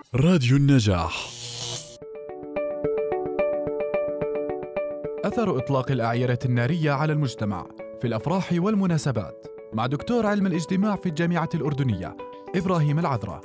راديو النجاح. أثر إطلاق الأعيرة النارية على المجتمع في الأفراح والمناسبات، مع دكتور علم الاجتماع في الجامعة الأردنية إبراهيم العذرة.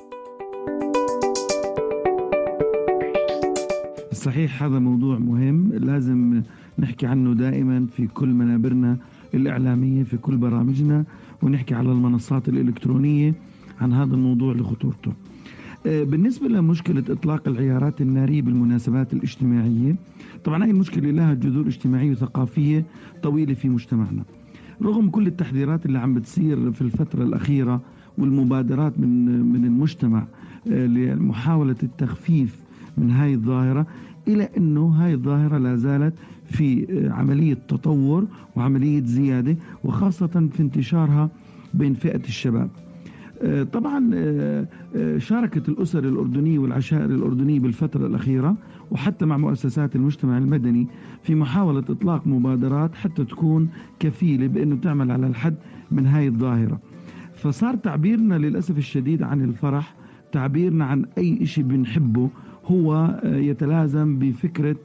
صحيح، هذا موضوع مهم لازم نحكي عنه دائما في كل منابرنا الإعلامية، في كل برامجنا، ونحكي على المنصات الإلكترونية عن هذا الموضوع لخطورته. بالنسبة لمشكلة إطلاق العيارات النارية بالمناسبات الاجتماعية، طبعا هذه المشكلة لها جذور اجتماعية وثقافية طويلة في مجتمعنا. رغم كل التحذيرات اللي عم بتصير في الفترة الأخيرة والمبادرات من المجتمع لمحاولة التخفيف من هاي الظاهرة، إلى أنه هاي الظاهرة لا زالت في عملية تطور وعملية زيادة، وخاصة في انتشارها بين فئة الشباب. طبعا شاركت الأسر الأردنية والعشائر الأردنية بالفترة الأخيرة، وحتى مع مؤسسات المجتمع المدني، في محاولة إطلاق مبادرات حتى تكون كفيلة بأنه تعمل على الحد من هاي الظاهرة. فصار تعبيرنا للأسف الشديد عن الفرح، تعبيرنا عن أي شيء بنحبه، هو يتلازم بفكرة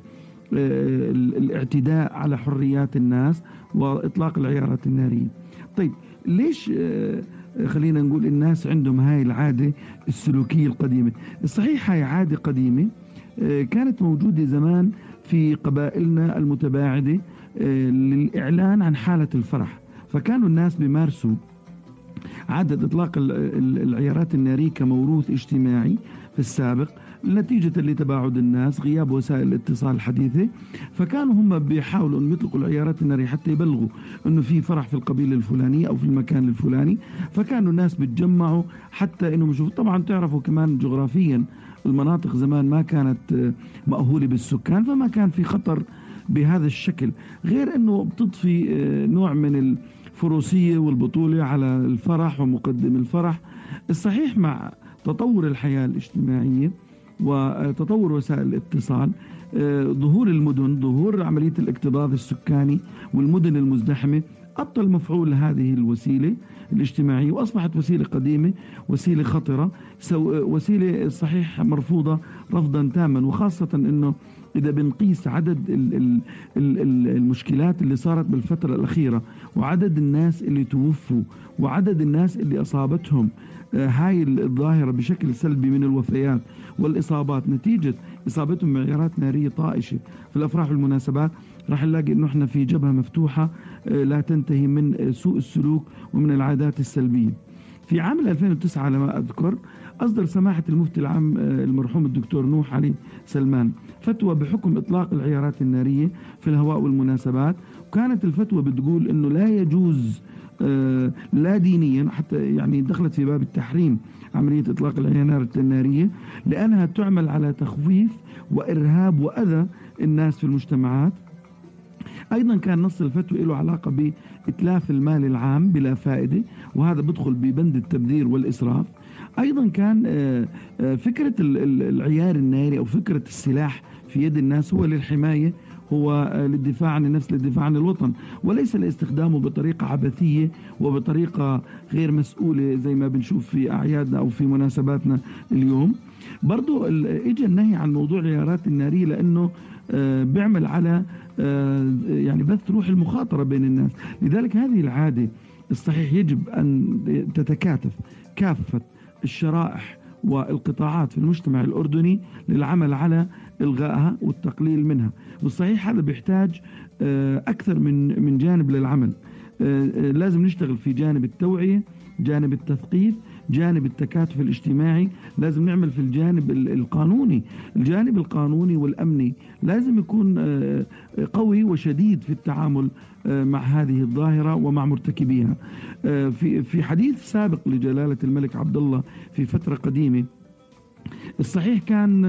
الاعتداء على حريات الناس وإطلاق العيارات النارية. طيب ليش خلينا نقول الناس عندهم هاي العادة السلوكية القديمة؟ الصحيح هاي عادة قديمة كانت موجودة زمان في قبائلنا المتباعدة للإعلان عن حالة الفرح، فكانوا الناس بيمارسوا عادة إطلاق العيارات النارية كموروث اجتماعي في السابق، نتيجة لتباعد الناس، غياب وسائل الاتصال الحديثة. فكانوا هم بيحاولوا أن يطلقوا العيارات النارية حتى يبلغوا أنه في فرح في القبيلة الفلانية أو في المكان الفلاني. فكانوا الناس بتجمعوا حتى أنهم يشوفوا. طبعا تعرفوا كمان جغرافيا المناطق زمان ما كانت مأهولة بالسكان، فما كان في خطر بهذا الشكل، غير أنه بتضفي نوع من الفروسية والبطولة على الفرح ومقدم الفرح. الصحيح مع تطور الحياة الاجتماعية وتطور وسائل الاتصال، ظهور المدن، ظهور عملية الاكتظاظ السكاني والمدن المزدحمة، أبطل مفعول هذه الوسيلة الاجتماعية، وأصبحت وسيلة قديمة، وسيلة خطرة، وسيلة صحيح مرفوضة رفضا تاما. وخاصة أنه إذا بنقيس عدد المشكلات اللي صارت بالفترة الأخيرة، وعدد الناس اللي توفوا، وعدد الناس اللي أصابتهم هاي الظاهرة بشكل سلبي من الوفيات والإصابات نتيجة إصابتهم بعيارات نارية طائشة في الأفراح والمناسبات، راح نلاقي أنه احنا في جبهة مفتوحة لا تنتهي من سوء السلوك ومن العادات السلبية. في عام 2009 على ما أذكر أصدر سماحة المفتي العام المرحوم الدكتور نوح علي سلمان فتوى بحكم إطلاق العيارات النارية في الهواء والمناسبات. وكانت الفتوى بتقول أنه لا يجوز لا دينيا، حتى يعني دخلت في باب التحريم عملية إطلاق العيارات النارية، لأنها تعمل على تخويف وإرهاب وأذى الناس في المجتمعات. أيضا كان نص الفتوى له علاقة بإتلاف المال العام بلا فائدة، وهذا بدخل ببند التبذير والإسراف. أيضا كان فكرة العيار الناري أو فكرة السلاح في يد الناس هو للحماية، هو للدفاع عن النفس، للدفاع عن الوطن، وليس لاستخدامه بطريقة عبثية وبطريقة غير مسؤولة زي ما بنشوف في أعيادنا أو في مناسباتنا اليوم. برضو إجا النهي عن موضوع العيارات النارية لأنه بيعمل على يعني بث روح المخاطرة بين الناس. لذلك هذه العادة الصحيح يجب أن تتكاتف كافة الشرائح والقطاعات في المجتمع الأردني للعمل على إلغائها والتقليل منها. والصحيح هذا بيحتاج أكثر من جانب للعمل. لازم نشتغل في جانب التوعية، جانب التثقيف، جانب التكاتف الاجتماعي، لازم نعمل في الجانب القانوني. الجانب القانوني والأمني لازم يكون قوي وشديد في التعامل مع هذه الظاهرة ومع مرتكبيها. في حديث سابق لجلالة الملك عبد الله في فترة قديمة، الصحيح كان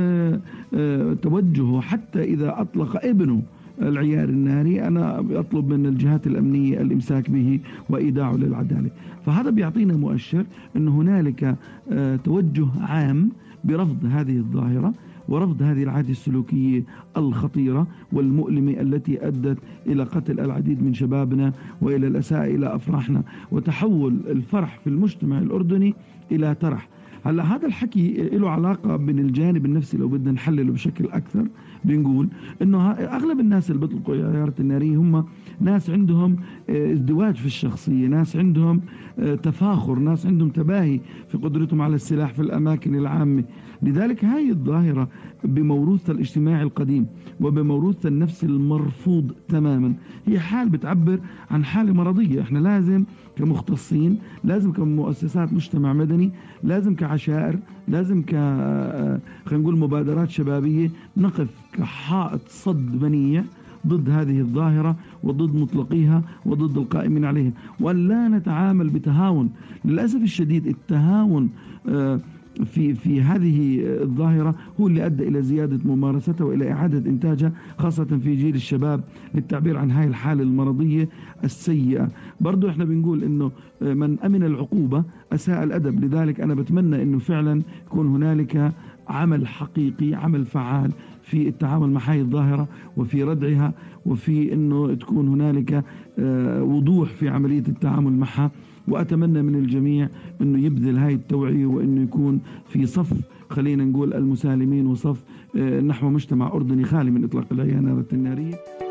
توجهه حتى إذا أطلق ابنه العيار الناري أنا أطلب من الجهات الأمنية الإمساك به وإيداعه للعدالة. فهذا بيعطينا مؤشر أن هنالك توجه عام برفض هذه الظاهرة ورفض هذه العادة السلوكية الخطيرة والمؤلمة التي أدت إلى قتل العديد من شبابنا وإلى الإساءة إلى أفراحنا وتحول الفرح في المجتمع الأردني إلى ترح. هلا هذا الحكي له علاقة من الجانب النفسي، لو بدنا نحلله بشكل أكثر بنقول إنه أغلب الناس اللي بيطلقوا العيارات النارية هم ناس عندهم ازدواج في الشخصية، ناس عندهم تفاخر، ناس عندهم تباهي في قدرتهم على السلاح في الأماكن العامة. لذلك هاي الظاهرة بموروثها الاجتماعي القديم وبموروثها النفسي المرفوض تماما هي حال بتعبر عن حالة مرضية. احنا لازم كمختصين، لازم كمؤسسات مجتمع مدني، لازم كعشائر، لازم خلينا نقول مبادرات شبابية نقف كحائط صد منيع ضد هذه الظاهرة وضد مطلقيها وضد القائمين عليها، ولا نتعامل بتهاون. للأسف الشديد التهاون في هذه الظاهرة هو اللي أدى إلى زيادة ممارستها وإلى إعادة إنتاجها، خاصة في جيل الشباب، للتعبير عن هاي الحالة المرضية السيئة. برضو إحنا بنقول إنه من أمن العقوبة أساء الأدب. لذلك أنا بتمنى إنه فعلا يكون هنالك عمل حقيقي، عمل فعال في التعامل مع هذه الظاهرة وفي ردعها، وفي أنه تكون هنالك وضوح في عملية التعامل معها. وأتمنى من الجميع أنه يبذل هاي التوعية وأنه يكون في صف، خلينا نقول، المسالمين، وصف نحو مجتمع أردني خالي من إطلاق العيارات النارية.